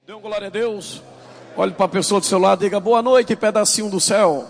Dê uma glória a Deus. Olhe para a pessoa do seu lado e diga: boa noite, pedacinho do céu.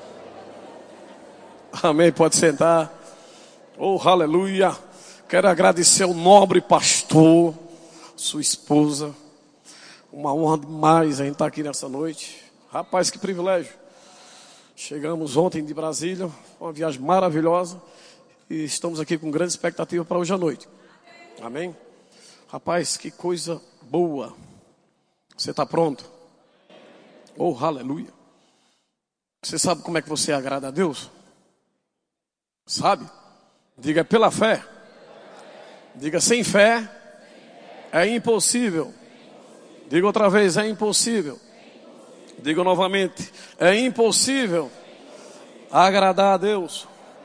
Amém, pode sentar. Oh, aleluia. Quero agradecer ao nobre pastor, sua esposa. Uma honra demais a gente estar aqui nessa noite. Rapaz, que privilégio. Chegamos ontem de Brasília, uma viagem maravilhosa. E estamos aqui com grande expectativa para hoje à noite. Amém? Rapaz, que coisa boa. Você está pronto? Oh, aleluia. Você sabe como é que você agrada a Deus? Sabe? Diga: pela fé. Diga: sem fé é impossível. Diga outra vez: é impossível. Diga novamente: é impossível agradar a Deus.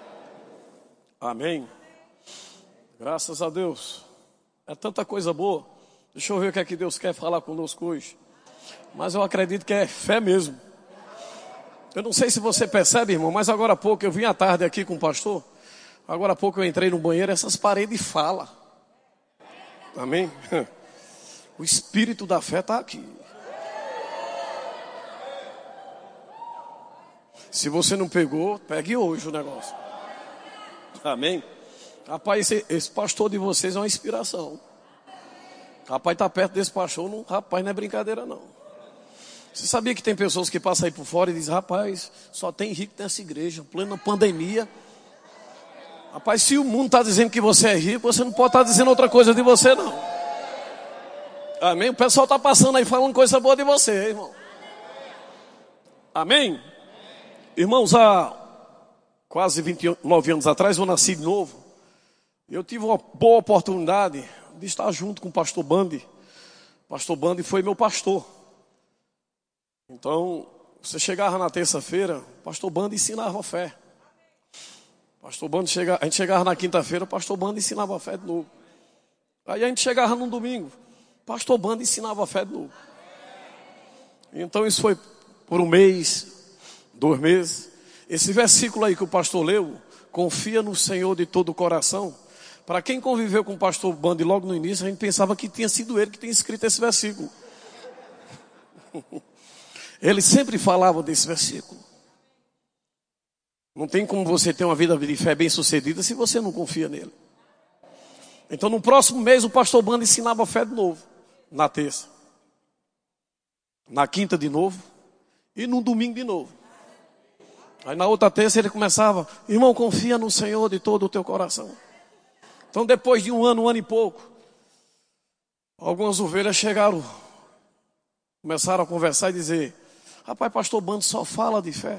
Amém. Graças a Deus. É tanta coisa boa. Deixa eu ver o que é que Deus quer falar conosco hoje. Mas eu acredito que é fé mesmo. Eu não sei se você percebe, irmão, mas agora há pouco eu vim à tarde aqui com o pastor. Agora há pouco eu entrei no banheiro, essas paredes falam. Amém? O espírito da fé está aqui. Se você não pegou, pegue hoje o negócio. Amém? Rapaz, esse pastor de vocês é uma inspiração. Rapaz, está perto desse pastor, não, rapaz, não é brincadeira não. Você sabia que tem pessoas que passam aí por fora e dizem: rapaz, só tem rico nessa igreja, plena pandemia. Rapaz, se o mundo está dizendo que você é rico, você não pode estar dizendo outra coisa de você não. Amém? O pessoal está passando aí falando coisa boa de você, irmão. Amém? Irmãos, há quase 29 anos atrás eu nasci de novo. Eu tive uma boa oportunidade de estar junto com o pastor Bandi. O pastor Bandi foi meu pastor. Então, você chegava na terça-feira, o pastor Bandi ensinava a fé. A gente chegava na quinta-feira, o pastor Bandi ensinava a fé de novo. Aí a gente chegava num domingo, o pastor Bandi ensinava a fé de novo. Então isso foi por um mês, 2 meses. Esse versículo aí que o pastor leu: confia no Senhor de todo o coração. Para quem conviveu com o pastor Bandi logo no início, a gente pensava que tinha sido ele que tinha escrito esse versículo. Ele sempre falava desse versículo. Não tem como você ter uma vida de fé bem sucedida se você não confia nele. Então no próximo mês o pastor Bandi ensinava a fé de novo. Na terça. Na quinta de novo. E no domingo de novo. Aí na outra terça ele começava: irmão, confia no Senhor de todo o teu coração. Então depois de um ano e pouco, algumas ovelhas chegaram, começaram a conversar e dizer: rapaz, pastor Bandi só fala de fé.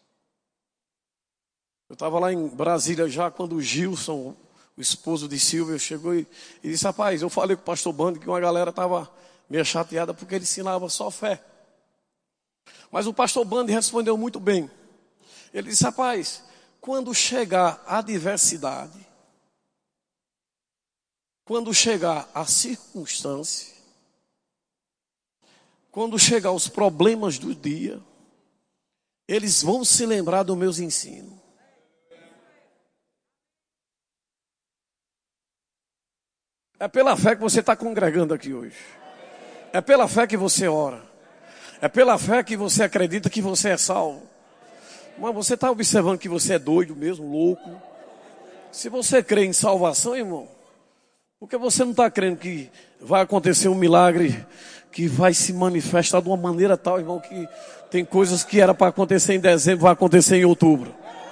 Eu estava lá em Brasília já quando o Gilson, o esposo de Silvia, chegou e disse: rapaz, eu falei com o pastor Bandi que uma galera estava meio chateada porque ele ensinava só fé. Mas o pastor Bandi respondeu muito bem. Ele disse: rapaz, quando chegar a adversidade, quando chegar a circunstância, quando chegar os problemas do dia, eles vão se lembrar dos meus ensinos. É pela fé que você está congregando aqui hoje. É pela fé que você ora. É pela fé que você acredita que você é salvo. Mas você está observando que você é doido mesmo, louco? Se você crê em salvação, irmão, por que você não está crendo que vai acontecer um milagre que vai se manifestar de uma maneira tal, irmão, que tem coisas que era para acontecer em dezembro, vai acontecer em outubro?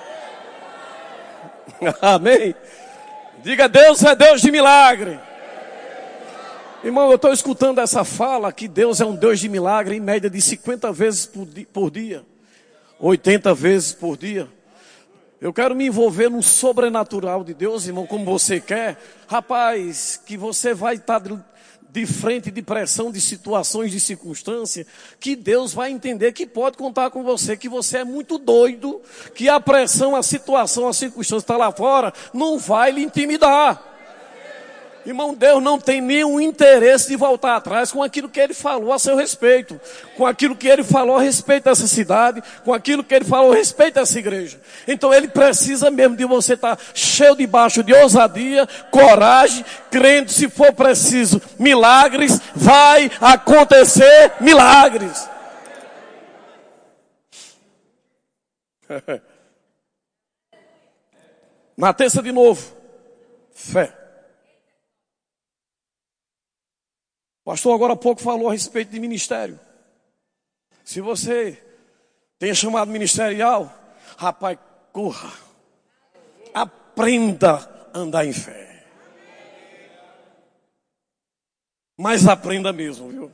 Amém? Diga: Deus é Deus de milagre. Irmão, eu estou escutando essa fala que Deus é um Deus de milagre em média de 50 vezes por dia, 80 vezes por dia. Eu quero me envolver no sobrenatural de Deus, irmão, como você quer. Rapaz, que você vai estar de frente de pressão, de situações, de circunstâncias, que Deus vai entender que pode contar com você, que você é muito doido, que a pressão, a situação, a circunstância está lá fora, não vai lhe intimidar. Irmão, Deus não tem nenhum interesse de voltar atrás com aquilo que Ele falou a seu respeito, com aquilo que Ele falou a respeito dessa cidade, com aquilo que Ele falou a respeito dessa igreja. Então Ele precisa mesmo de você estar cheio debaixo de ousadia, coragem, crendo, se for preciso, milagres, vai acontecer milagres. Na terça de novo, fé. O pastor agora há pouco falou a respeito de ministério. Se você tem chamado ministerial, rapaz, corra. Aprenda a andar em fé. Mas aprenda mesmo, viu?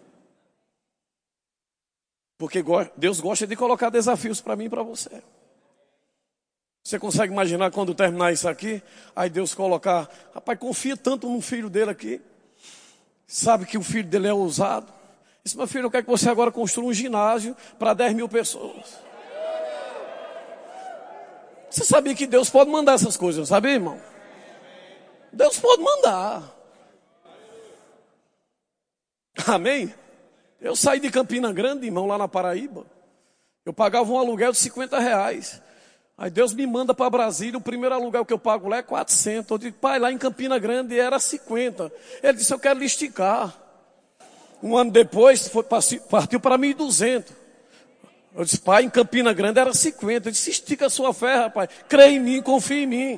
Porque Deus gosta de colocar desafios para mim e para você. Você consegue imaginar quando terminar isso aqui? Aí Deus colocar, rapaz, confia tanto no filho dele aqui. Sabe que o filho dele é ousado. Disse, meu filho, eu quero que você agora construa um ginásio para 10 mil pessoas. Você sabia que Deus pode mandar essas coisas, sabia, irmão? Deus pode mandar. Amém? Eu saí de Campina Grande, irmão, lá na Paraíba. Eu pagava um aluguel de R$50. Aí Deus me manda para Brasília, o primeiro aluguel que eu pago lá é 400. Eu digo, pai, lá em Campina Grande era 50. Ele disse, eu quero lhe esticar. Um ano depois, partiu para 1.200. Eu disse, pai, em Campina Grande era 50. Ele disse, estica a sua fé, rapaz. Creia em mim, confia em mim.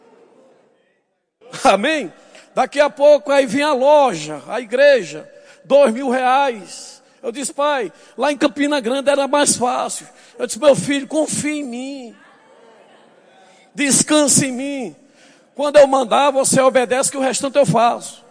Amém? Daqui a pouco aí vem a loja, a igreja, R$2.000. Eu disse, pai, lá em Campina Grande era mais fácil. Eu disse, meu filho, confia em mim. Descanse em mim. Quando eu mandar, você obedece, que o restante eu faço.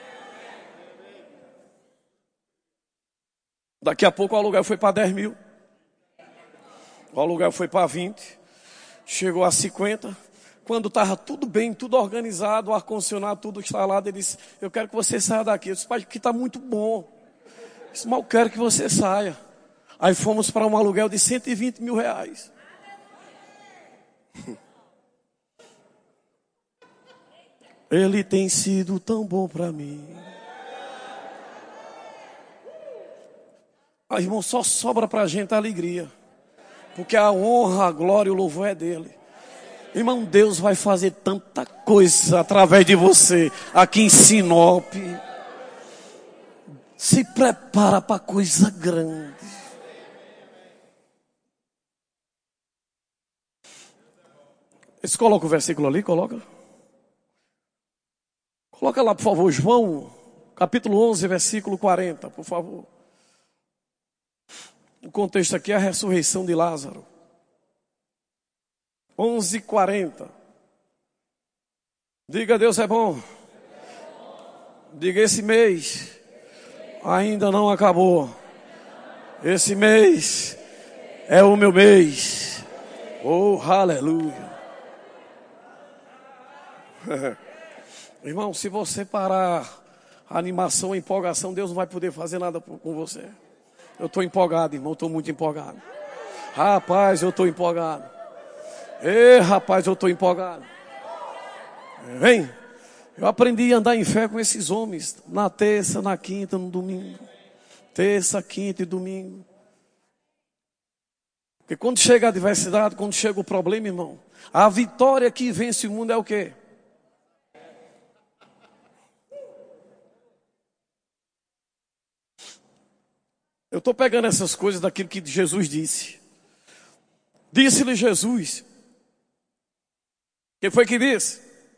Daqui a pouco o aluguel foi para 10 mil. O aluguel foi para 20. Chegou a 50. Quando estava tudo bem, tudo organizado, o ar-condicionado, tudo instalado, ele disse, eu quero que você saia daqui. Eu disse, pai, aqui está muito bom. Eu disse, mas eu quero que você saia. Aí fomos para um aluguel de R$120 mil. Ele tem sido tão bom para mim. Irmão, só sobra para a gente a alegria. Porque a honra, a glória e o louvor é dele. Irmão, Deus vai fazer tanta coisa através de você aqui em Sinop. Se prepara para coisa grande. Eles colocam o versículo ali, coloca. Coloca lá, por favor, João, capítulo 11, versículo 40, por favor. O contexto aqui é a ressurreição de Lázaro. 11:40. Diga, Deus é bom. Diga, esse mês ainda não acabou. Esse mês é o meu mês. Oh, aleluia. Irmão, se você parar a animação, a empolgação, Deus não vai poder fazer nada com você. Eu estou empolgado, irmão, estou muito empolgado. Rapaz, eu estou empolgado. Ei, rapaz, eu estou empolgado. Vem, eu aprendi a andar em fé com esses homens. Na terça, na quinta, no domingo. Terça, quinta e domingo. Porque quando chega a adversidade, quando chega o problema, irmão, a vitória que vence o mundo é o quê? Eu estou pegando essas coisas daquilo que Jesus disse. Disse-lhe Jesus. Quem foi que disse?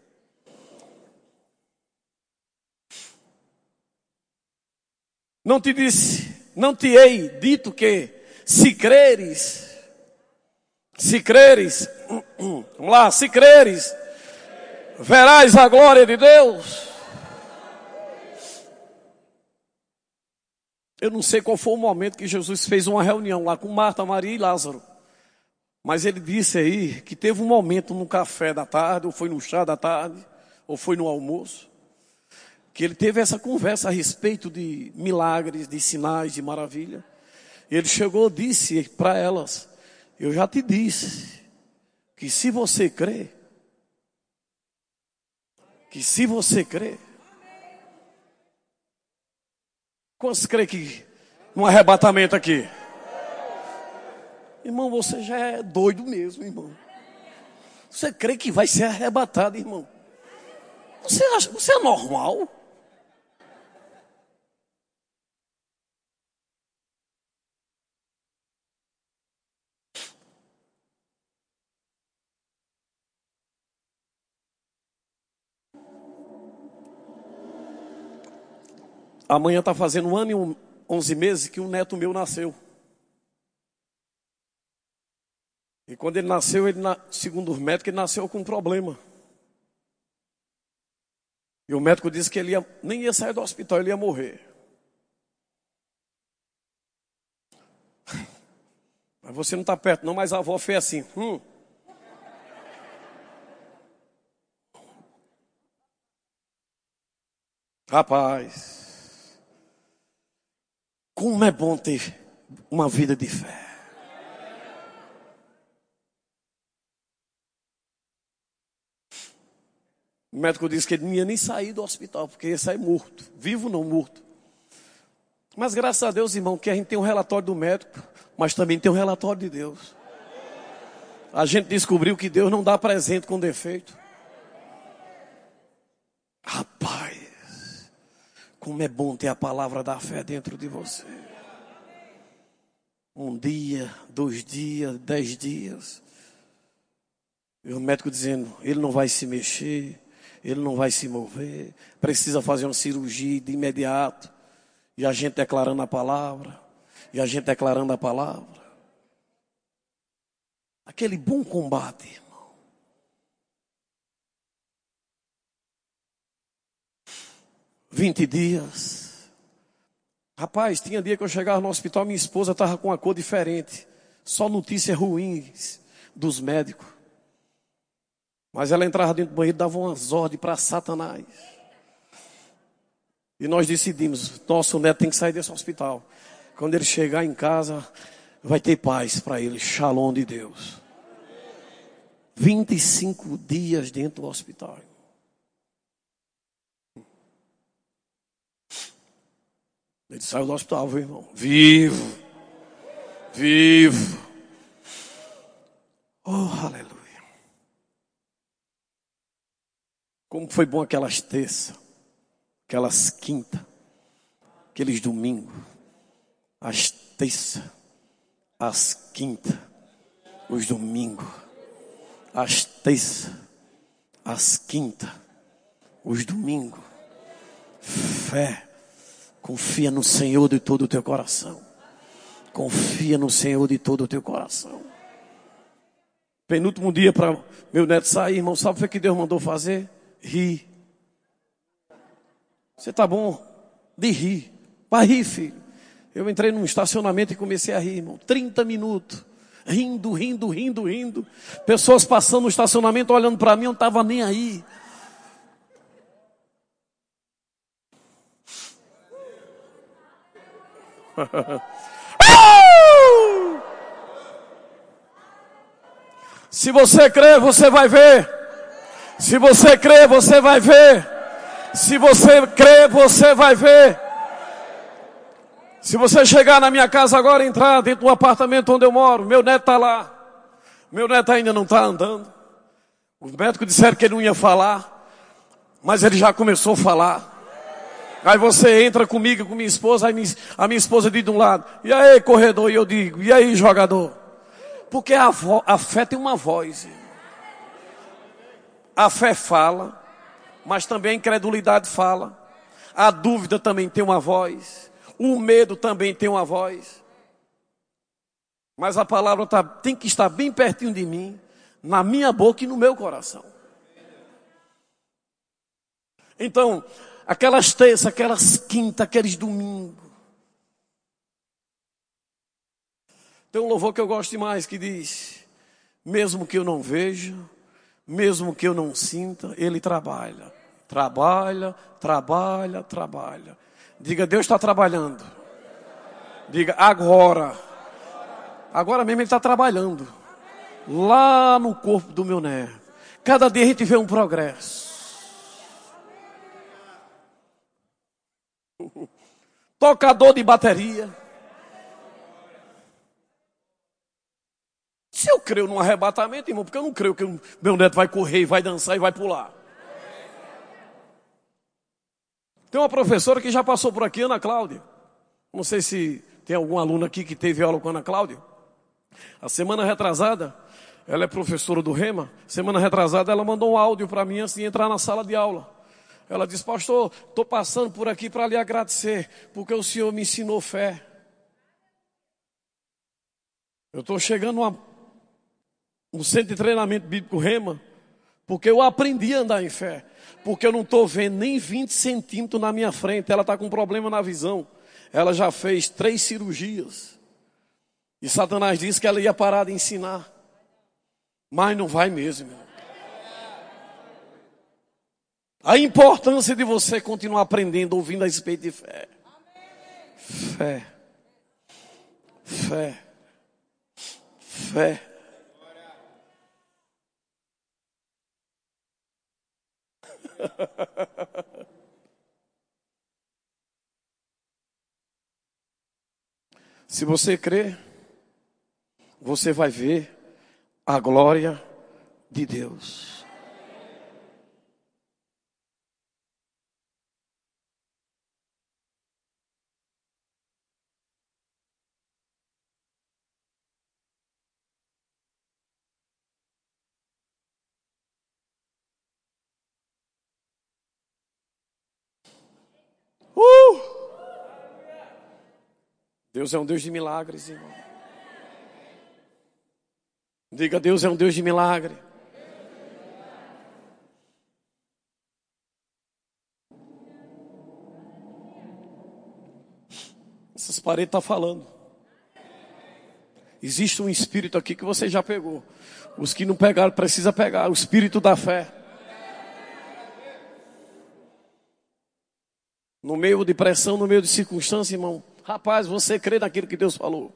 Não te disse, não te hei dito que se creres, vamos lá, se creres, verás a glória de Deus. Eu não sei qual foi o momento que Jesus fez uma reunião lá com Marta, Maria e Lázaro. Mas ele disse aí que teve um momento no café da tarde, ou foi no chá da tarde, ou foi no almoço, que ele teve essa conversa a respeito de milagres, de sinais, de maravilha. E ele chegou e disse para elas, eu já te disse, que se você crê, Quantos crê que um arrebatamento aqui? Irmão, você já é doido mesmo, irmão. Você crê que vai ser arrebatado, irmão? Você é normal? Amanhã está fazendo 1 ano e 11 meses que um neto meu nasceu. E quando ele nasceu, segundo os médicos, ele nasceu com um problema. E o médico disse que ele nem ia sair do hospital, ele ia morrer. Mas você não está perto não, mas a avó fez assim. Rapaz, como é bom ter uma vida de fé. O médico disse que ele não ia nem sair do hospital, porque ia sair morto. Vivo não morto. Mas graças a Deus, irmão, que a gente tem um relatório do médico, mas também tem um relatório de Deus. A gente descobriu que Deus não dá presente com defeito. Rapaz, como é bom ter a palavra da fé dentro de você. 1 dia, 2 dias, 10 dias. E o médico dizendo, ele não vai se mexer. Ele não vai se mover, precisa fazer uma cirurgia de imediato. E a gente declarando a palavra. E a gente declarando a palavra. Aquele bom combate, irmão. Vinte dias. Rapaz, tinha dia que eu chegava no hospital, minha esposa estava com uma cor diferente. Só notícias ruins dos médicos. Mas ela entrava dentro do banheiro e dava umas ordens para Satanás. E nós decidimos, nosso neto tem que sair desse hospital. Quando ele chegar em casa, vai ter paz para ele, shalom de Deus. 25 dias dentro do hospital. Ele saiu do hospital, viu, irmão? Vivo. Vivo. Oh, aleluia. Como foi bom aquelas terças, aquelas quintas, aqueles domingos, as terças, as quintas, os domingos, as terças, as quintas, os domingos. Fé, confia no Senhor de todo o teu coração. Confia no Senhor de todo o teu coração. Penúltimo dia para meu neto sair, irmão, sabe o que Deus mandou fazer? Rir. Você tá bom de rir. Vai rir, filho. Eu entrei num estacionamento e comecei a rir, irmão. 30 minutos. Rindo. Pessoas passando no estacionamento olhando para mim, eu não estava nem aí. Se você crer, você vai ver. Se você crer, você vai ver. Se você crer, você vai ver. Se você chegar na minha casa agora, entrar dentro do apartamento onde eu moro, meu neto está lá. Meu neto ainda não está andando. Os médicos disseram que ele não ia falar, mas ele já começou a falar. Aí você entra comigo, com minha esposa, aí a minha esposa diz de um lado, e aí corredor, e eu digo, e aí jogador? Porque a fé tem uma voz. A fé fala, mas também a incredulidade fala. A dúvida também tem uma voz. O medo também tem uma voz. Mas a palavra tem que estar bem pertinho de mim, na minha boca e no meu coração. Então, aquelas terças, aquelas quintas, aqueles domingos. Tem um louvor que eu gosto demais que diz, mesmo que eu não veja, mesmo que eu não sinta, Ele trabalha. Trabalha. Diga, Deus está trabalhando. Diga, agora. Agora mesmo Ele está trabalhando. Lá no corpo do meu neto. Cada dia a gente vê um progresso. tocador de bateria. Se eu creio num arrebatamento, irmão, porque eu não creio que o meu neto vai correr, e vai dançar e vai pular. Tem uma professora que já passou por aqui, Ana Cláudia. Não sei se tem algum aluno aqui que teve aula com a Ana Cláudia. A semana retrasada, ela é professora do Rema. Semana retrasada, ela mandou um áudio para mim antes de entrar na sala de aula. Ela disse: pastor, estou passando por aqui para lhe agradecer, porque o senhor me ensinou fé. Eu estou chegando no centro de treinamento bíblico Rema, porque eu aprendi a andar em fé. Porque eu não estou vendo nem 20 centímetros na minha frente. Ela está com problema na visão. Ela já fez 3 cirurgias. E Satanás disse que ela ia parar de ensinar. Mas não vai mesmo, irmão. A importância de você continuar aprendendo, ouvindo a respeito de fé. Fé. Fé. Fé. Se você crer, você vai ver a glória de Deus. Deus é um Deus de milagres, irmão. Diga: Deus é um Deus de milagre. Essas paredes estão falando. Existe um espírito aqui que você já pegou. Os que não pegaram, precisa pegar. O espírito da fé. No meio de pressão, no meio de circunstância, irmão. Rapaz, você crê naquilo que Deus falou.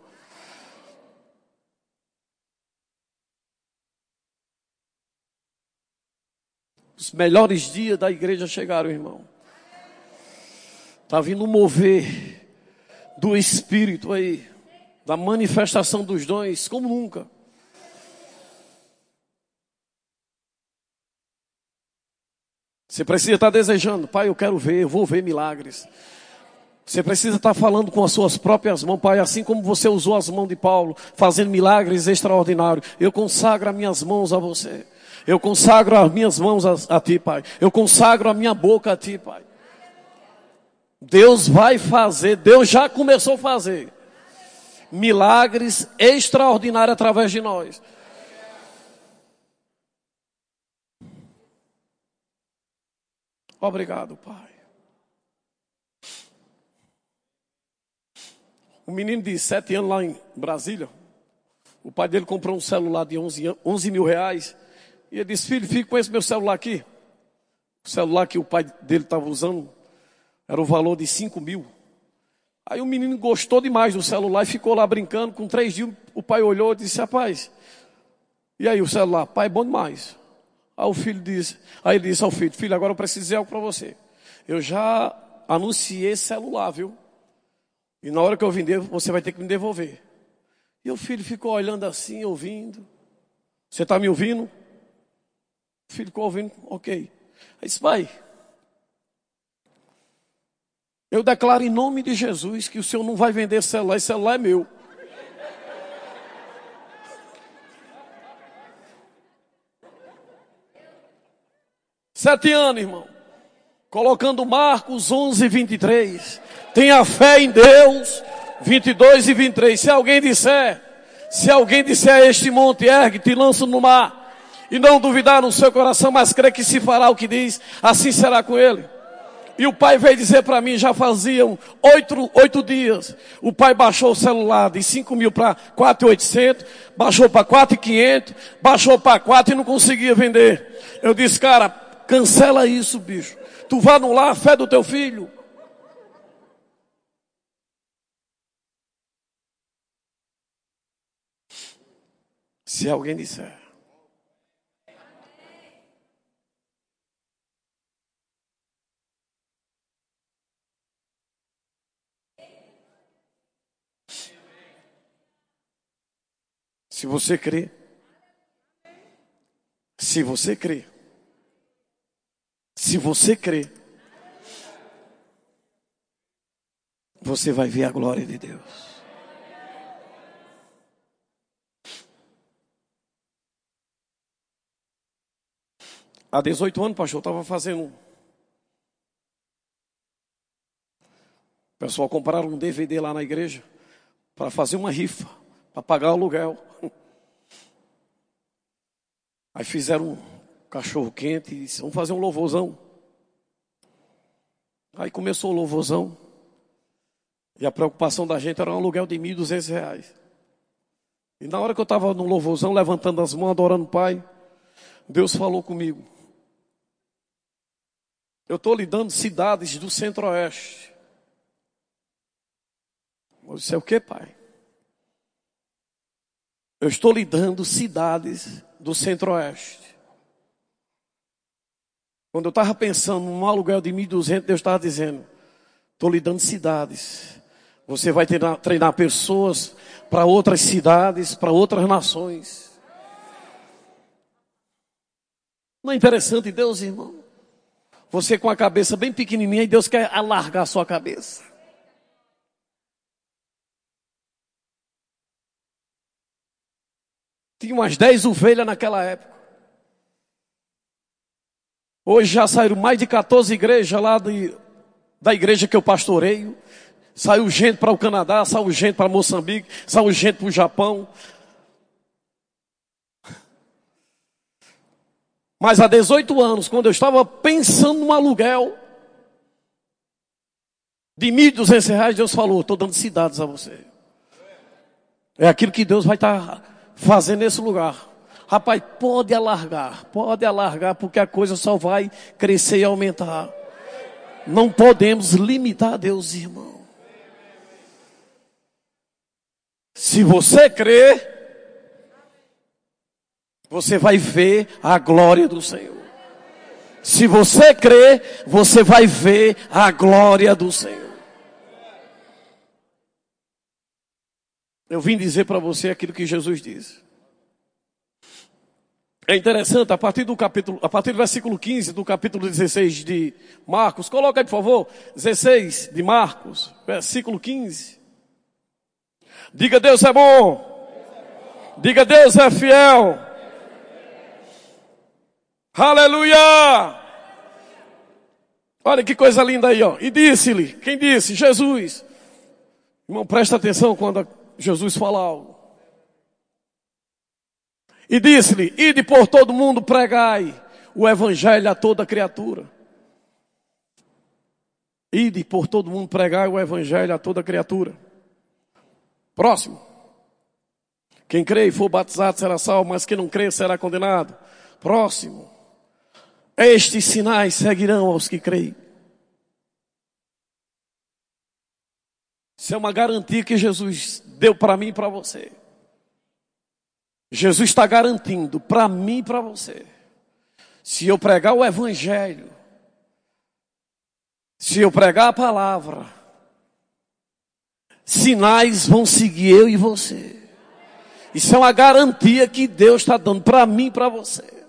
Os melhores dias da igreja chegaram, irmão. Está vindo um mover do Espírito aí. Da manifestação dos dons, como nunca. Você precisa estar desejando: pai, eu quero ver, eu vou ver milagres. Você precisa estar falando com as suas próprias mãos: pai, assim como você usou as mãos de Paulo, fazendo milagres extraordinários, eu consagro as minhas mãos a você. Eu consagro as minhas mãos a ti, pai. Eu consagro a minha boca a ti, pai. Deus vai fazer, Deus já começou a fazer milagres extraordinários através de nós. Obrigado, pai. Um menino de 7 anos lá em Brasília, o pai dele comprou um celular de 11 mil reais. E ele disse: filho, fica com esse meu celular aqui. O celular que o pai dele estava usando era o valor de 5 mil. Aí o menino gostou demais do celular e ficou lá brincando. Com 3 dias o pai olhou e disse: rapaz, e aí o celular? Pai, é bom demais. Aí ele disse ao filho: filho, agora eu preciso dizer algo para você. Eu já anunciei esse celular, viu? E na hora que eu vender, você vai ter que me devolver. E o filho ficou olhando assim, ouvindo. Você está me ouvindo? O filho ficou ouvindo, ok. Aí disse: pai, eu declaro em nome de Jesus que o senhor não vai vender celular, esse celular é meu. Sete anos, irmão. Colocando Marcos 11, 23. Tenha fé em Deus, 22 e 23. Se alguém disser a este monte, ergue-te e lança no mar, e não duvidar no seu coração, mas crê que se fará o que diz, assim será com ele. E o pai veio dizer para mim, já faziam 8 dias, o pai baixou o celular de 5 mil para 4.800, baixou para 4.500, baixou para 4 e não conseguia vender. Eu disse: cara, cancela isso, bicho. Tu vai anular a fé do teu filho. Se alguém disser. Se você crê. Se você crê. Se você crê. Você vai ver a glória de Deus. Há 18 anos, pastor, eu estava fazendo. O pessoal compraram um DVD lá na igreja para fazer uma rifa, para pagar o aluguel. Aí fizeram um cachorro quente e disse, vamos fazer um louvorzão. Aí começou o louvorzão. E a preocupação da gente era um aluguel de R$1.200. E na hora que eu estava no louvorzão, levantando as mãos, adorando o Pai, Deus falou comigo. Eu estou lhe dando cidades do Centro-Oeste. Eu disse, é o que, Pai? Eu estou lhe dando cidades do Centro-Oeste. Quando eu estava pensando num aluguel de 1.200, Deus estava dizendo, estou lhe dando cidades. Você vai treinar pessoas para outras cidades, para outras nações. Não é interessante Deus, irmão? Você com a cabeça bem pequenininha e Deus quer alargar a sua cabeça. Tinha umas 10 ovelhas naquela época. Hoje já saíram mais de 14 igrejas lá da igreja que eu pastoreio. Saiu gente para o Canadá, saiu gente para Moçambique, saiu gente para o Japão. Mas há 18 anos, quando eu estava pensando num aluguel de R$1.200, Deus falou, estou dando cidades a você. É aquilo que Deus vai estar fazendo nesse lugar. Rapaz, pode alargar, porque a coisa só vai crescer e aumentar. Não podemos limitar a Deus, irmão. Se você crer, você vai ver a glória do Senhor. Se você crer, você vai ver a glória do Senhor. Eu vim dizer para você aquilo que Jesus disse. É interessante, a partir do versículo 15 do capítulo 16 de Marcos, coloca aí por favor, 16 de Marcos, versículo 15. Diga, Deus é bom. Diga, Deus é fiel. Aleluia! Olha que coisa linda aí, ó. E disse-lhe, quem disse? Jesus. Irmão, presta atenção quando Jesus fala algo. E disse-lhe, ide por todo mundo, pregai o evangelho a toda criatura. Ide por todo mundo, pregai o evangelho a toda criatura. Próximo. Quem crê e for batizado será salvo, mas quem não crê será condenado. Próximo. Estes sinais seguirão aos que creem. Isso é uma garantia que Jesus deu para mim e para você. Jesus está garantindo para mim e para você. Se eu pregar o evangelho, se eu pregar a palavra, sinais vão seguir eu e você. Isso é uma garantia que Deus está dando para mim e para você.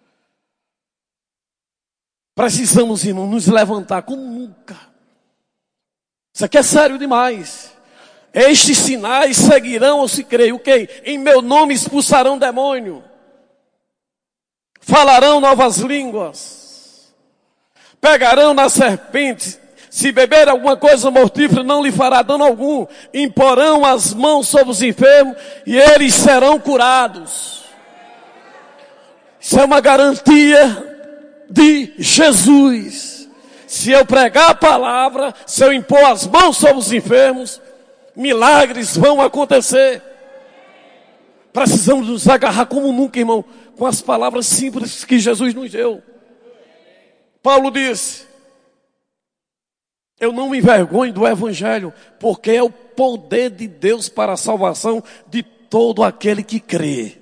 Precisamos, irmão, nos levantar como nunca. Isso aqui é sério demais. Estes sinais seguirão ou se creem. O quê? Em meu nome expulsarão demônio. Falarão novas línguas. Pegarão na serpente. Se beber alguma coisa mortífera, não lhe fará dano algum. Imporão as mãos sobre os enfermos e eles serão curados. Isso é uma garantia de Jesus. Se eu pregar a palavra, se eu impor as mãos sobre os enfermos, milagres vão acontecer. Precisamos nos agarrar como nunca, irmão, com as palavras simples que Jesus nos deu. Paulo disse, eu não me envergonho do evangelho, porque é o poder de Deus para a salvação de todo aquele que crê.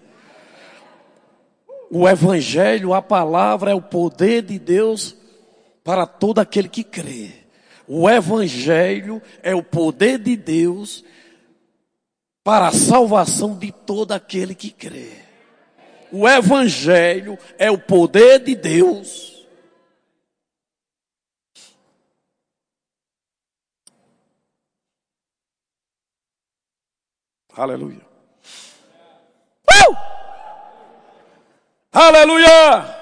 O evangelho, a palavra é o poder de Deus para todo aquele que crê. O evangelho é o poder de Deus para a salvação de todo aquele que crê. O Evangelho é o poder de Deus. Aleluia. Aleluia!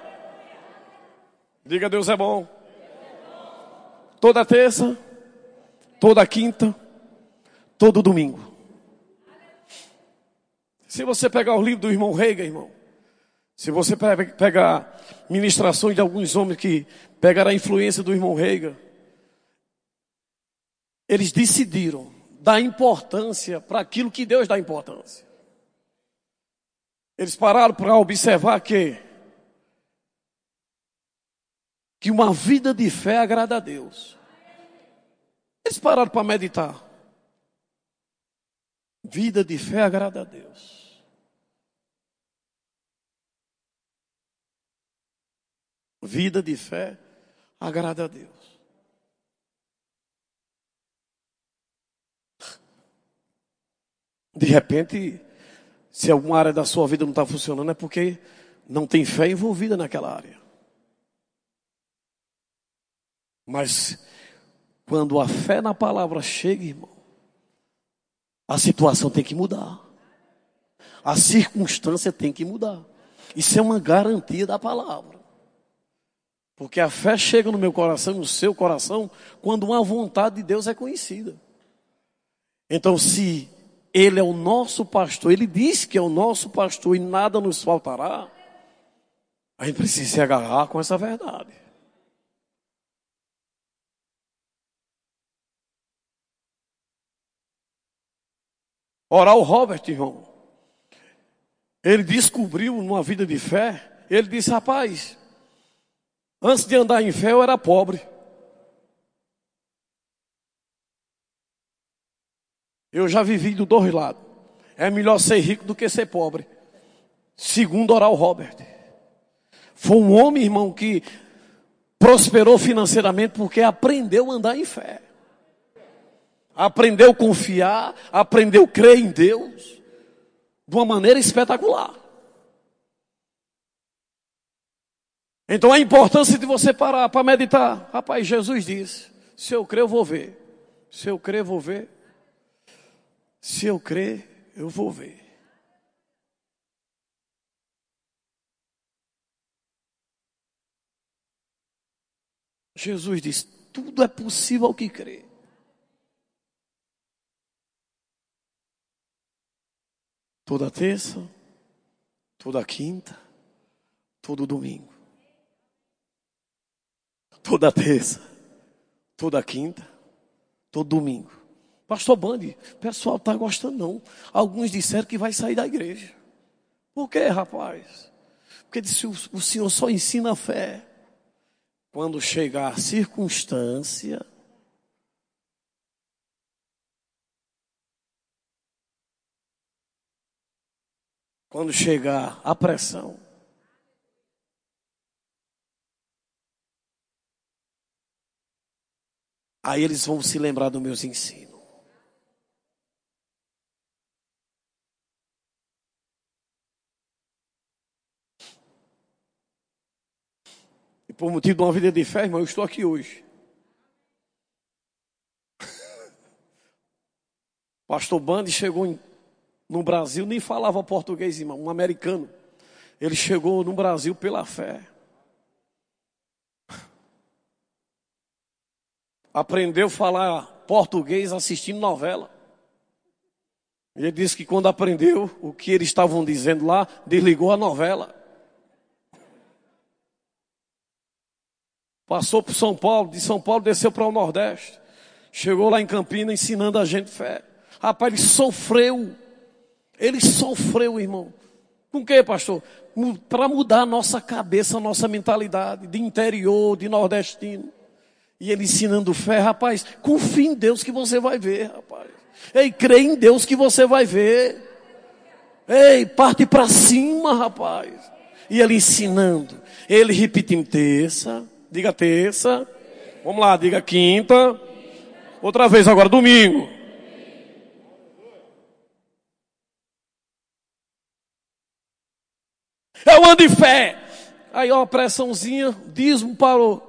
Diga, Deus é bom. Toda terça, toda quinta, todo domingo. Se você pegar o livro do irmão Reagan, irmão, se você pegar ministrações de alguns homens que pegaram a influência do irmão Reagan, eles decidiram dar importância para aquilo que Deus dá importância. Eles pararam para observar que uma vida de fé agrada a Deus. Eles pararam para meditar. Vida de fé agrada a Deus. Vida de fé agrada a Deus. De repente, se alguma área da sua vida não está funcionando, é porque não tem fé envolvida naquela área. Mas quando a fé na palavra chega, irmão, a situação tem que mudar. A circunstância tem que mudar. Isso é uma garantia da palavra. Porque a fé chega no meu coração, no seu coração, quando uma vontade de Deus é conhecida. Então, se Ele é o nosso pastor, Ele diz que é o nosso pastor e nada nos faltará, a gente precisa se agarrar com essa verdade. Orar o Robert, irmão, ele descobriu numa vida de fé, ele disse, rapaz, antes de andar em fé eu era pobre. Eu já vivi dos dois lados. É melhor ser rico do que ser pobre. Segundo Oral Robert. Foi um homem, irmão, que prosperou financeiramente porque aprendeu a andar em fé. Aprendeu a confiar, aprendeu a crer em Deus de uma maneira espetacular. Então a importância de você parar para meditar. Rapaz, Jesus disse, se eu crer eu vou ver. Se eu crer eu vou ver. Se eu crer eu vou ver. Jesus disse, tudo é possível ao que crê. Toda terça, toda quinta, todo domingo. Toda terça, toda quinta, todo domingo. Pastor Bandi, o pessoal está gostando não. Alguns disseram que vai sair da igreja. Por quê, rapaz? Porque disse, o Senhor só ensina a fé. Quando chegar a circunstância, quando chegar a pressão, aí eles vão se lembrar dos meus ensinos. E por motivo de uma vida de fé, irmão, eu estou aqui hoje. Pastor Bandi chegou no Brasil, nem falava português, irmão, um americano. Ele chegou no Brasil pela fé. Aprendeu a falar português assistindo novela. Ele disse que quando aprendeu o que eles estavam dizendo lá, desligou a novela. Passou por São Paulo, de São Paulo desceu para o Nordeste. Chegou lá em Campinas ensinando a gente fé. Rapaz, ele sofreu, irmão. Com o que, pastor? Para mudar a nossa cabeça, a nossa mentalidade de interior, de nordestino. E ele ensinando fé, rapaz, confie em Deus que você vai ver, rapaz. Ei, crê em Deus que você vai ver. Ei, parte para cima, rapaz. E ele ensinando, ele repetindo terça, diga terça. Vamos lá, diga quinta. Outra vez agora, domingo. Eu ando em fé. Aí, ó, a pressãozinha, dízimo parou.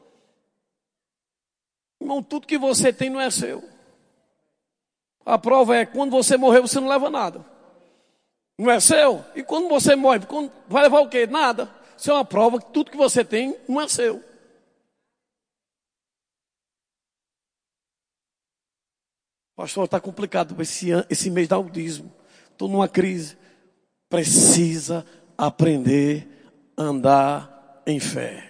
Irmão, tudo que você tem não é seu. A prova é que quando você morrer, você não leva nada. Não é seu? E quando você morre, vai levar o quê? Nada. Isso é uma prova que tudo que você tem não é seu. Pastor, está complicado esse mês dar o dízimo. Estou numa crise. Precisa aprender a andar em fé.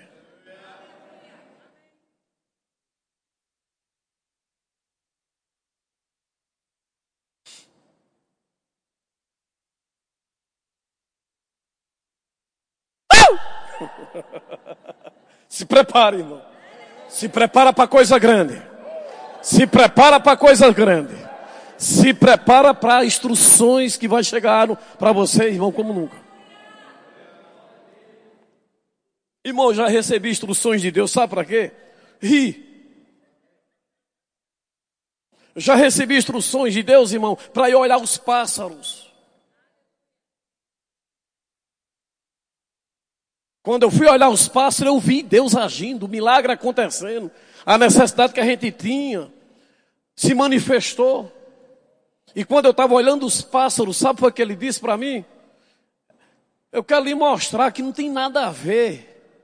Se prepare, irmão. Se prepara para coisa grande. Se prepara para coisa grande. Se prepara para instruções que vai chegar para você, irmão, como nunca. Irmão, já recebi instruções de Deus, sabe para quê? Ri. Já recebi instruções de Deus, irmão, para ir olhar os pássaros. Quando eu fui olhar os pássaros, eu vi Deus agindo, o milagre acontecendo. A necessidade que a gente tinha se manifestou. E quando eu estava olhando os pássaros, sabe o que ele disse para mim? Eu quero lhe mostrar que não tem nada a ver.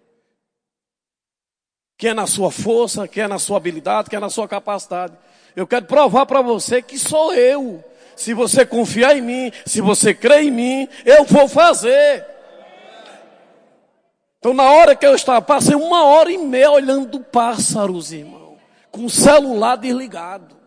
Que é na sua força, que é na sua habilidade, que é na sua capacidade. Eu quero provar para você que sou eu. Se você confiar em mim, se você crer em mim, eu vou fazer. Então na hora que eu estava, passei 1h30 olhando pássaros, irmão. Com o celular desligado.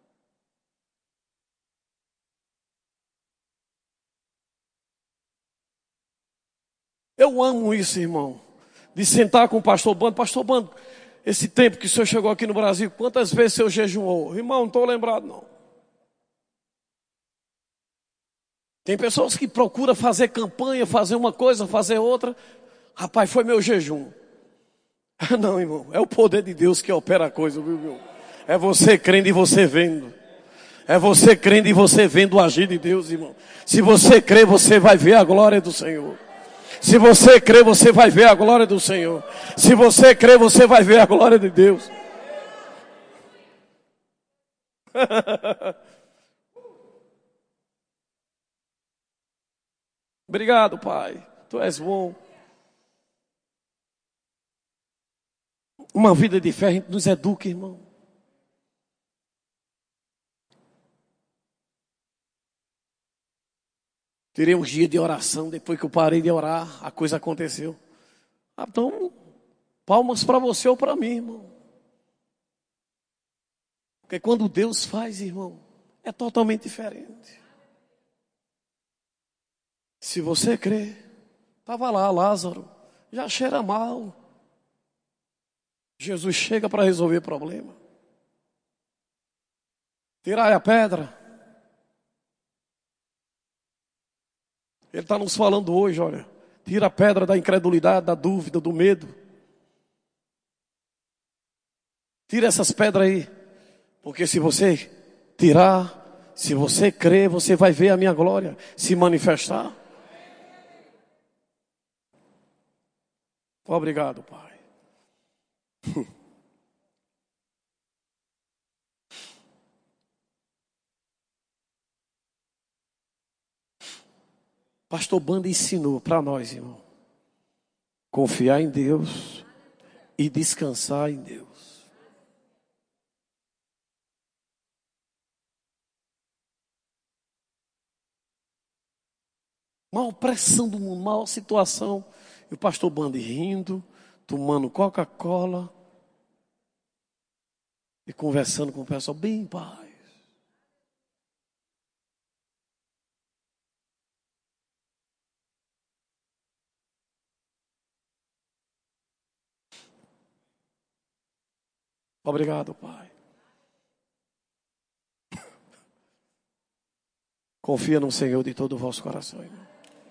Eu amo isso, irmão. De sentar com o pastor Bando. Pastor Bando, esse tempo que o senhor chegou aqui no Brasil, quantas vezes o senhor jejuou? Irmão, não estou lembrado não. Tem pessoas que procuram fazer campanha, fazer uma coisa, fazer outra. Rapaz, foi meu jejum. Não, irmão, é o poder de Deus que opera a coisa, viu, meu? É você crendo e você vendo. É você crendo e você vendo o agir de Deus, irmão. Se você crer, você vai ver a glória do Senhor. Se você crer, você vai ver a glória do Senhor. Se você crer, você vai ver a glória de Deus. Obrigado, Pai. Tu és bom. Uma vida de fé, a gente nos educa, irmão. Tirei uns dias de oração, depois que eu parei de orar, a coisa aconteceu. Então, palmas para você ou para mim, irmão. Porque quando Deus faz, irmão, é totalmente diferente. Se você crê, estava lá Lázaro, já cheira mal. Jesus chega para resolver o problema. Tirai a pedra. Ele está nos falando hoje, olha. Tira a pedra da incredulidade, da dúvida, do medo. Tira essas pedras aí. Porque se você tirar, se você crer, você vai ver a minha glória se manifestar. Obrigado, Pai. Pastor Banda ensinou para nós, irmão. Confiar em Deus e descansar em Deus. Maior pressão do mundo, maior situação. E o pastor Banda rindo, tomando Coca-Cola e conversando com o pessoal bem em paz. Obrigado, Pai. Confia no Senhor de todo o vosso coração, irmão.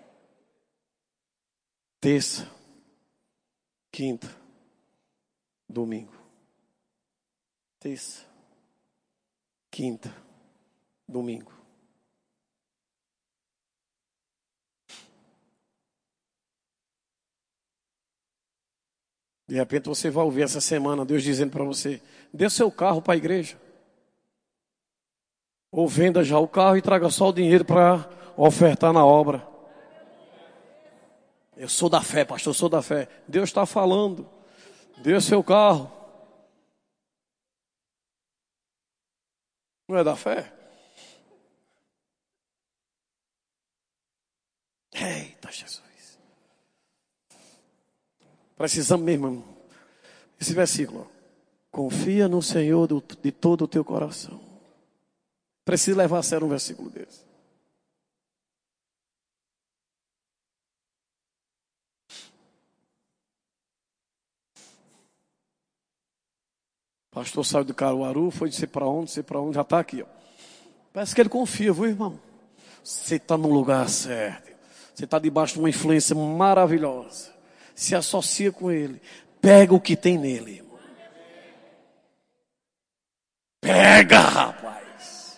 Terça, quinta, domingo. Terça, quinta, domingo. De repente você vai ouvir essa semana Deus dizendo para você: dê seu carro para a igreja. Ou venda já o carro e traga só o dinheiro para ofertar na obra. Eu sou da fé, pastor, eu sou da fé. Deus está falando. Dê seu carro. Não é da fé? Eita, Jesus. Precisamos mesmo, irmão. Esse versículo. Confia no Senhor de todo o teu coração. Precisa levar a sério um versículo desse. Pastor saiu do Caruaru, foi de ser para onde, já está aqui. Ó. Parece que ele confia, viu, irmão? Você está no lugar certo. Você está debaixo de uma influência maravilhosa. Se associa com ele. Pega o que tem nele, irmão. Pega, rapaz.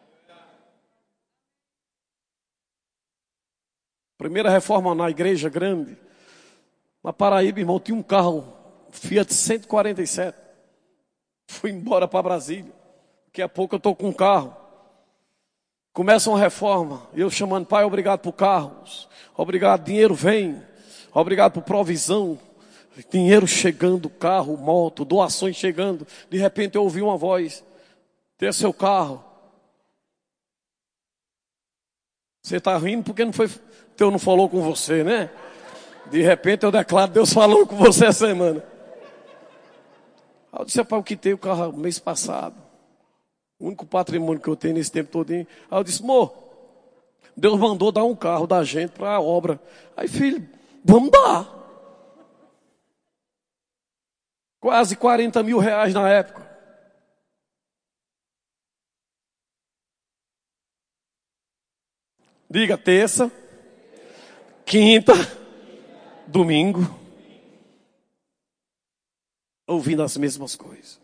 Primeira reforma na igreja grande. Na Paraíba, irmão, tinha um carro Fiat 147. Fui embora para Brasília. Daqui a pouco eu estou com um carro. Começa uma reforma. Eu chamando: pai, obrigado por carros. Obrigado, dinheiro vem. Obrigado por provisão. Dinheiro chegando, carro, moto, doações chegando. De repente eu ouvi uma voz: dê seu carro. Você está rindo porque Deus não falou com você, né? De repente eu declaro: Deus falou com você essa semana. Eu disse: pai, eu quitei o carro mês passado. O único patrimônio que eu tenho nesse tempo todinho. Aí eu disse: amor, Deus mandou dar um carro da gente para a obra. Aí, filho, vamos dar. Quase 40 mil reais na época. Diga: terça, quinta, domingo. Ouvindo as mesmas coisas.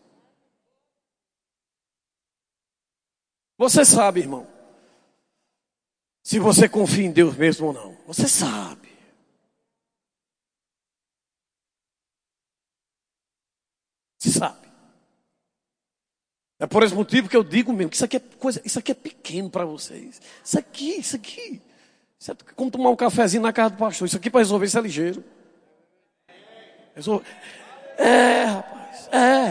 Você sabe, irmão, se você confia em Deus mesmo ou não. Você sabe. Você sabe. É por esse motivo que eu digo mesmo que isso aqui é pequeno para vocês. Isso aqui é como tomar um cafezinho na casa do pastor. Isso aqui para resolver isso é ligeiro. Rapaz,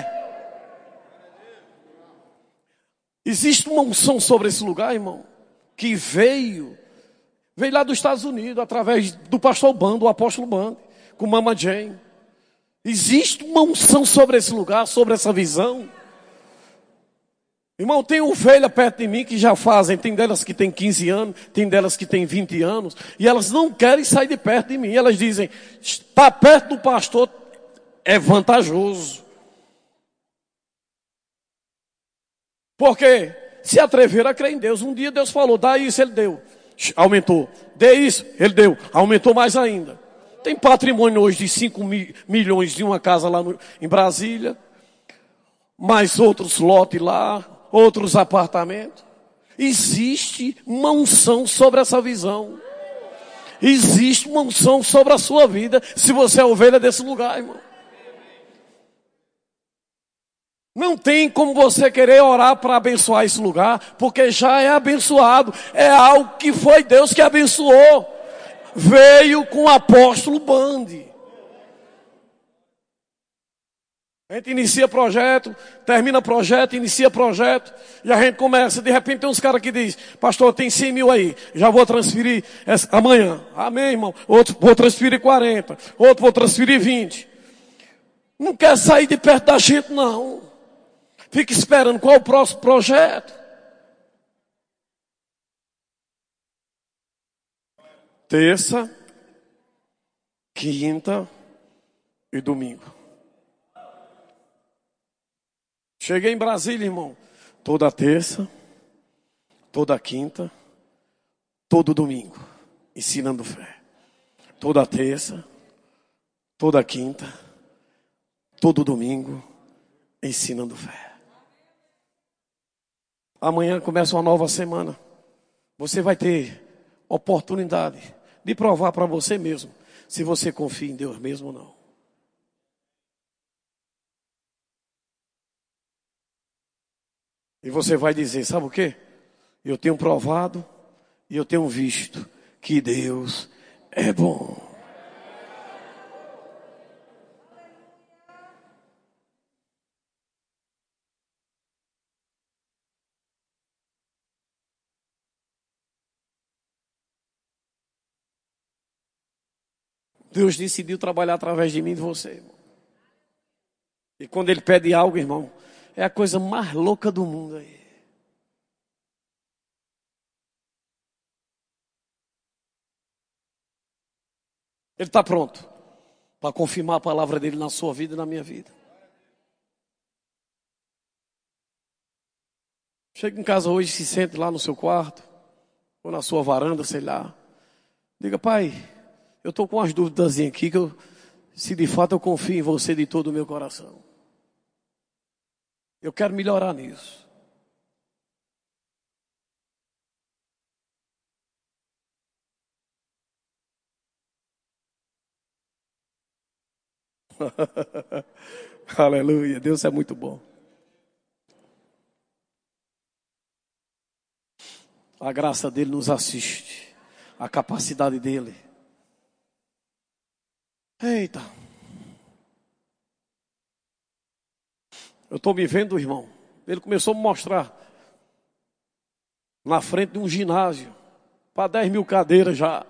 Existe uma unção sobre esse lugar, irmão, que veio lá dos Estados Unidos, através do pastor Bando, o apóstolo Bando, com Mama Jane. Existe uma unção sobre esse lugar, sobre essa visão. Irmão, tem ovelha perto de mim que já fazem, tem delas que tem 15 anos, tem delas que tem 20 anos, e elas não querem sair de perto de mim. Elas dizem: estar perto do pastor é vantajoso. Porque se atreveram a crer em Deus. Um dia Deus falou: dá isso, ele deu. Aumentou. Dê isso, ele deu. Aumentou mais ainda. Tem patrimônio hoje de 5 milhões de uma casa lá em Brasília. Mais outros lotes lá. Outros apartamentos. Existe uma unção sobre essa visão. Existe uma unção sobre a sua vida. Se você é ovelha desse lugar, irmão. Não tem como você querer orar para abençoar esse lugar, porque já é abençoado. É algo que foi Deus que abençoou. Veio com o apóstolo Bande. A gente inicia projeto, termina projeto, inicia projeto, e a gente começa. De repente tem uns caras que dizem: pastor, tem 100 mil aí, já vou transferir amanhã. Amém, irmão? Outro, vou transferir 40. Outro, vou transferir 20. Não quer sair de perto da gente, não. Fica esperando qual o próximo projeto. Terça, quinta e domingo. Cheguei em Brasília, irmão. Toda terça, toda quinta, todo domingo. Ensinando fé. Toda terça, toda quinta, todo domingo. Ensinando fé. Amanhã começa uma nova semana. Você vai ter oportunidade de provar para você mesmo se você confia em Deus mesmo ou não. E você vai dizer, sabe o quê? Eu tenho provado e eu tenho visto que Deus é bom. Deus decidiu trabalhar através de mim e de você, irmão. E quando Ele pede algo, irmão, é a coisa mais louca do mundo aí. Ele está pronto para confirmar a palavra dele na sua vida e na minha vida. Chega em casa hoje, se sente lá no seu quarto, ou na sua varanda, sei lá. Diga, pai, eu estou com umas dúvidas aqui, se de fato eu confio em você de todo o meu coração. Eu quero melhorar nisso. Aleluia, Deus é muito bom. A graça dele nos assiste, a capacidade dele. Eita. Eu estou me vendo, irmão. Ele começou a me mostrar na frente de um ginásio para 10 mil cadeiras já.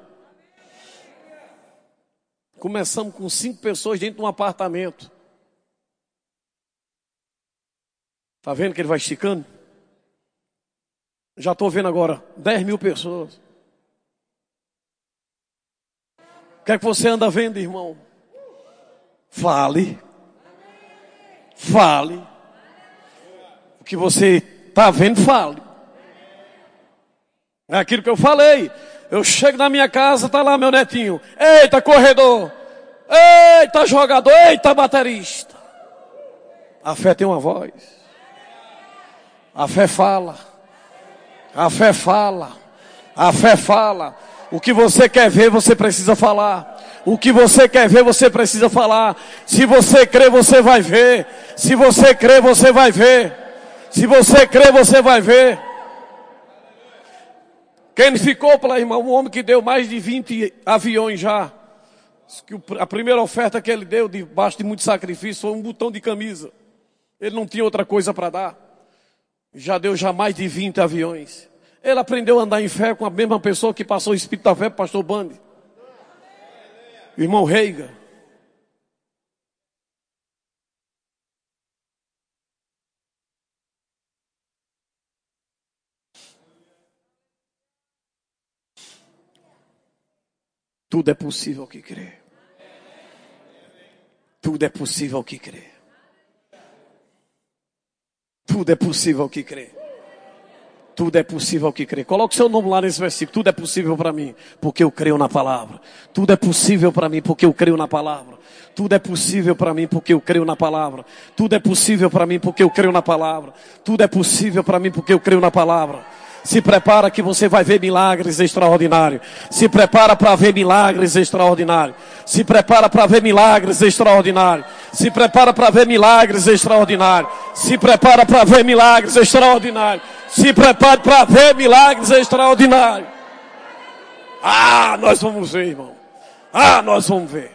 Começamos com 5 pessoas dentro de um apartamento. Está vendo que ele vai esticando? Já estou vendo agora 10 mil pessoas. O que é que você anda vendo, irmão? Fale. Fale. O que você está vendo, fale. É aquilo que eu falei. Eu chego na minha casa, está lá meu netinho. Eita, corredor. Eita, jogador. Eita, baterista. A fé tem uma voz. A fé fala. A fé fala. A fé fala. O que você quer ver, você precisa falar. O que você quer ver, você precisa falar. Se você crê, você vai ver. Se você crê, você vai ver. Se você crê, você vai ver. Quem ficou para irmão, um homem que deu mais de 20 aviões já. A primeira oferta que ele deu, debaixo de muito sacrifício, foi um botão de camisa. Ele não tinha outra coisa para dar. Já deu já mais de 20 aviões. Ele aprendeu a andar em fé com a mesma pessoa que passou o Espírito da Fé, pastor Bandi. O irmão Reiga. Tudo é possível que crê. Tudo é possível que crê. Tudo é possível que crê. Tudo é possível que crê. Coloque seu nome lá nesse versículo. Tudo é possível para mim, porque eu creio na palavra. Tudo é possível para mim, porque eu creio na palavra. Tudo é possível para mim, porque eu creio na palavra. Tudo é possível para mim, porque eu creio na palavra. Tudo é possível para mim, porque eu creio na palavra. Se prepara que você vai ver milagres extraordinários. Se prepara para ver milagres extraordinários. Se prepara para ver milagres extraordinários. Se prepara para ver milagres extraordinários. Se prepara para ver milagres extraordinários. Se prepare para ver milagres extraordinários. Ah, nós vamos ver, irmão. Ah, nós vamos ver.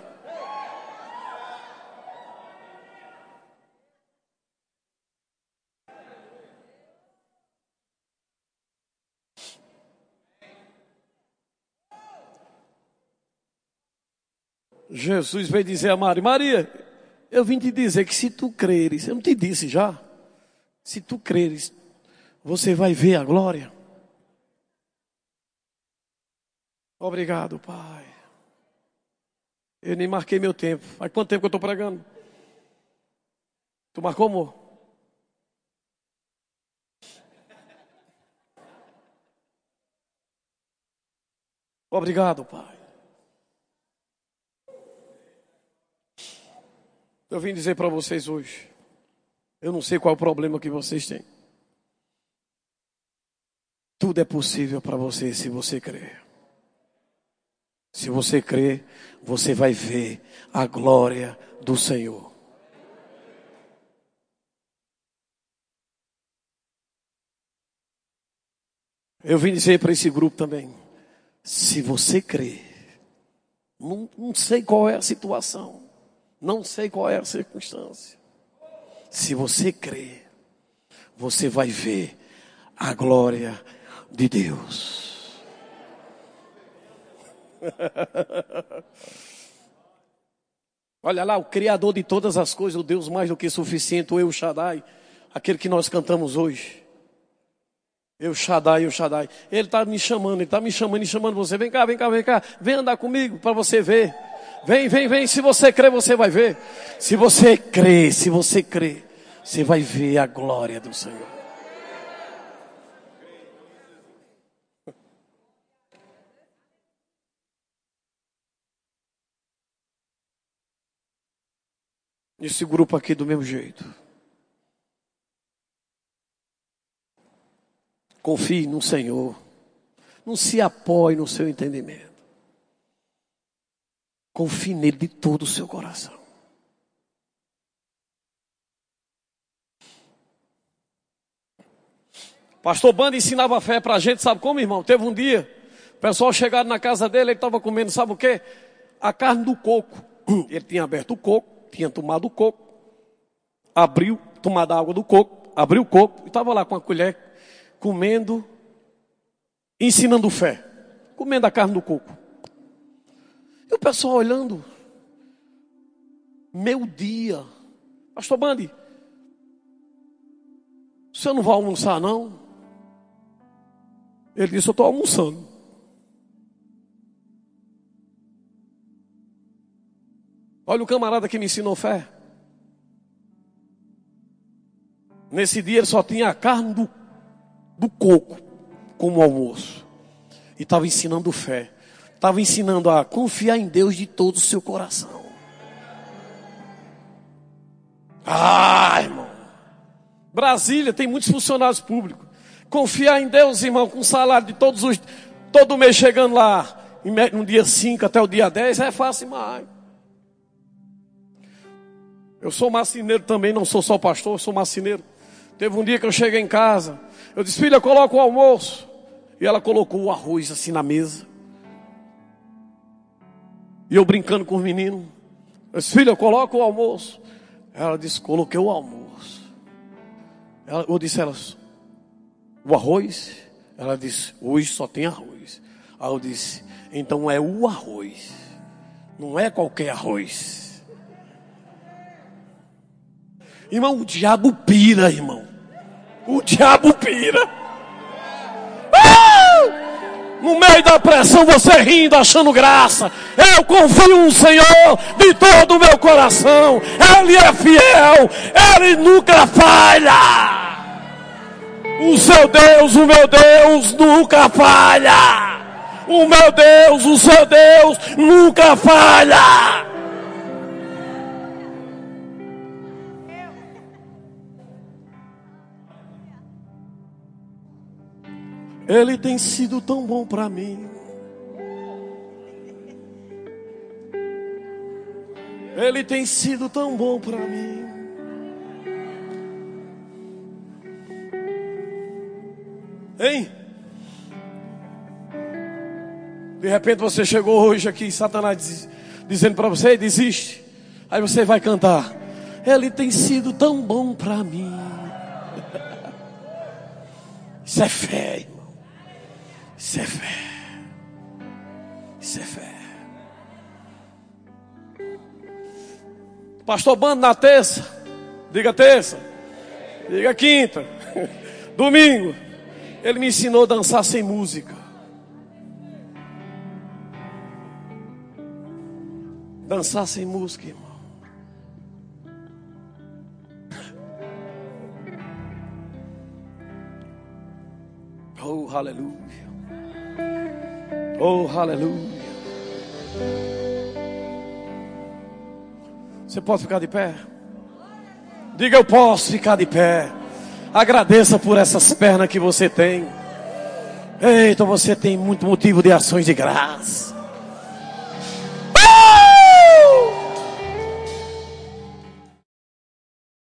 Jesus veio dizer a Maria: Maria, eu vim te dizer que se tu creres, eu não te disse já? Se tu creres, você vai ver a glória. Obrigado, Pai. Eu nem marquei meu tempo. Faz quanto tempo que eu estou pregando? Tu marcou, amor? Obrigado, Pai. Eu vim dizer para vocês hoje. Eu não sei qual é o problema que vocês têm. Tudo é possível para você se você crer. Se você crer, você vai ver a glória do Senhor. Eu vim dizer para esse grupo também, se você crê, não sei qual é a situação, não sei qual é a circunstância. Se você crê, você vai ver a glória de Deus. Olha lá, o Criador de todas as coisas, o Deus mais do que suficiente, o El Shaddai, aquele que nós cantamos hoje. El Shaddai, El Shaddai. Ele está me chamando, e chamando você. Vem cá, vem andar comigo para você ver. Vem, se você crê, você vai ver. Se você crê, você vai ver a glória do Senhor. Esse grupo aqui do mesmo jeito. Confie no Senhor. Não se apoie no seu entendimento. Confie nele de todo o seu coração. Pastor Bando ensinava fé pra gente, sabe como, irmão? Teve um dia, o pessoal chegaram na casa dele, ele estava comendo, sabe o quê? A carne do coco. Ele tinha aberto o coco, tinha tomado o coco, tomado a água do coco, abriu o coco e estava lá com a colher, comendo, ensinando fé, comendo a carne do coco. E o pessoal olhando, meu dia, Pastor Bandi, o senhor não vai almoçar não? Ele disse, eu estou almoçando. Olha o camarada que me ensinou fé. Nesse dia ele só tinha a carne do coco como almoço. E estava ensinando fé. Estava ensinando a confiar em Deus de todo o seu coração. Irmão. Brasília tem muitos funcionários públicos. Confiar em Deus, irmão, com salário de todo mês chegando lá, no dia 5 até o dia 10, é fácil demais. Eu sou marceneiro também, não sou só pastor, eu sou marceneiro. Teve um dia que eu cheguei em casa, eu disse, filha, coloca o almoço. E ela colocou o arroz assim na mesa. E eu brincando com os meninos. Eu disse, filha, coloca o almoço. Ela disse, coloquei o almoço. Eu disse, o arroz? Ela disse, hoje só tem arroz. Aí eu disse, então é o arroz. Não é qualquer arroz. Irmão, o diabo pira, irmão. O diabo pira. No meio da pressão, você rindo, achando graça. Eu confio no Senhor de todo o meu coração. Ele é fiel. Ele nunca falha. O seu Deus, o meu Deus, nunca falha. O meu Deus, o seu Deus, nunca falha. Ele tem sido tão bom para mim. Ele tem sido tão bom para mim. Hein? De repente você chegou hoje aqui, Satanás dizendo para você, desiste. Aí você vai cantar. Ele tem sido tão bom para mim. Isso é fé, irmão. Isso é fé. Isso é fé. Pastor Bando na terça. Diga terça. Diga quinta. Domingo. Ele me ensinou a dançar sem música. Dançar sem música, irmão. Oh, aleluia. Oh, aleluia. Você pode ficar de pé? Diga, eu posso ficar de pé. Agradeça por essas pernas que você tem. Eita, você tem muito motivo de ações de graça.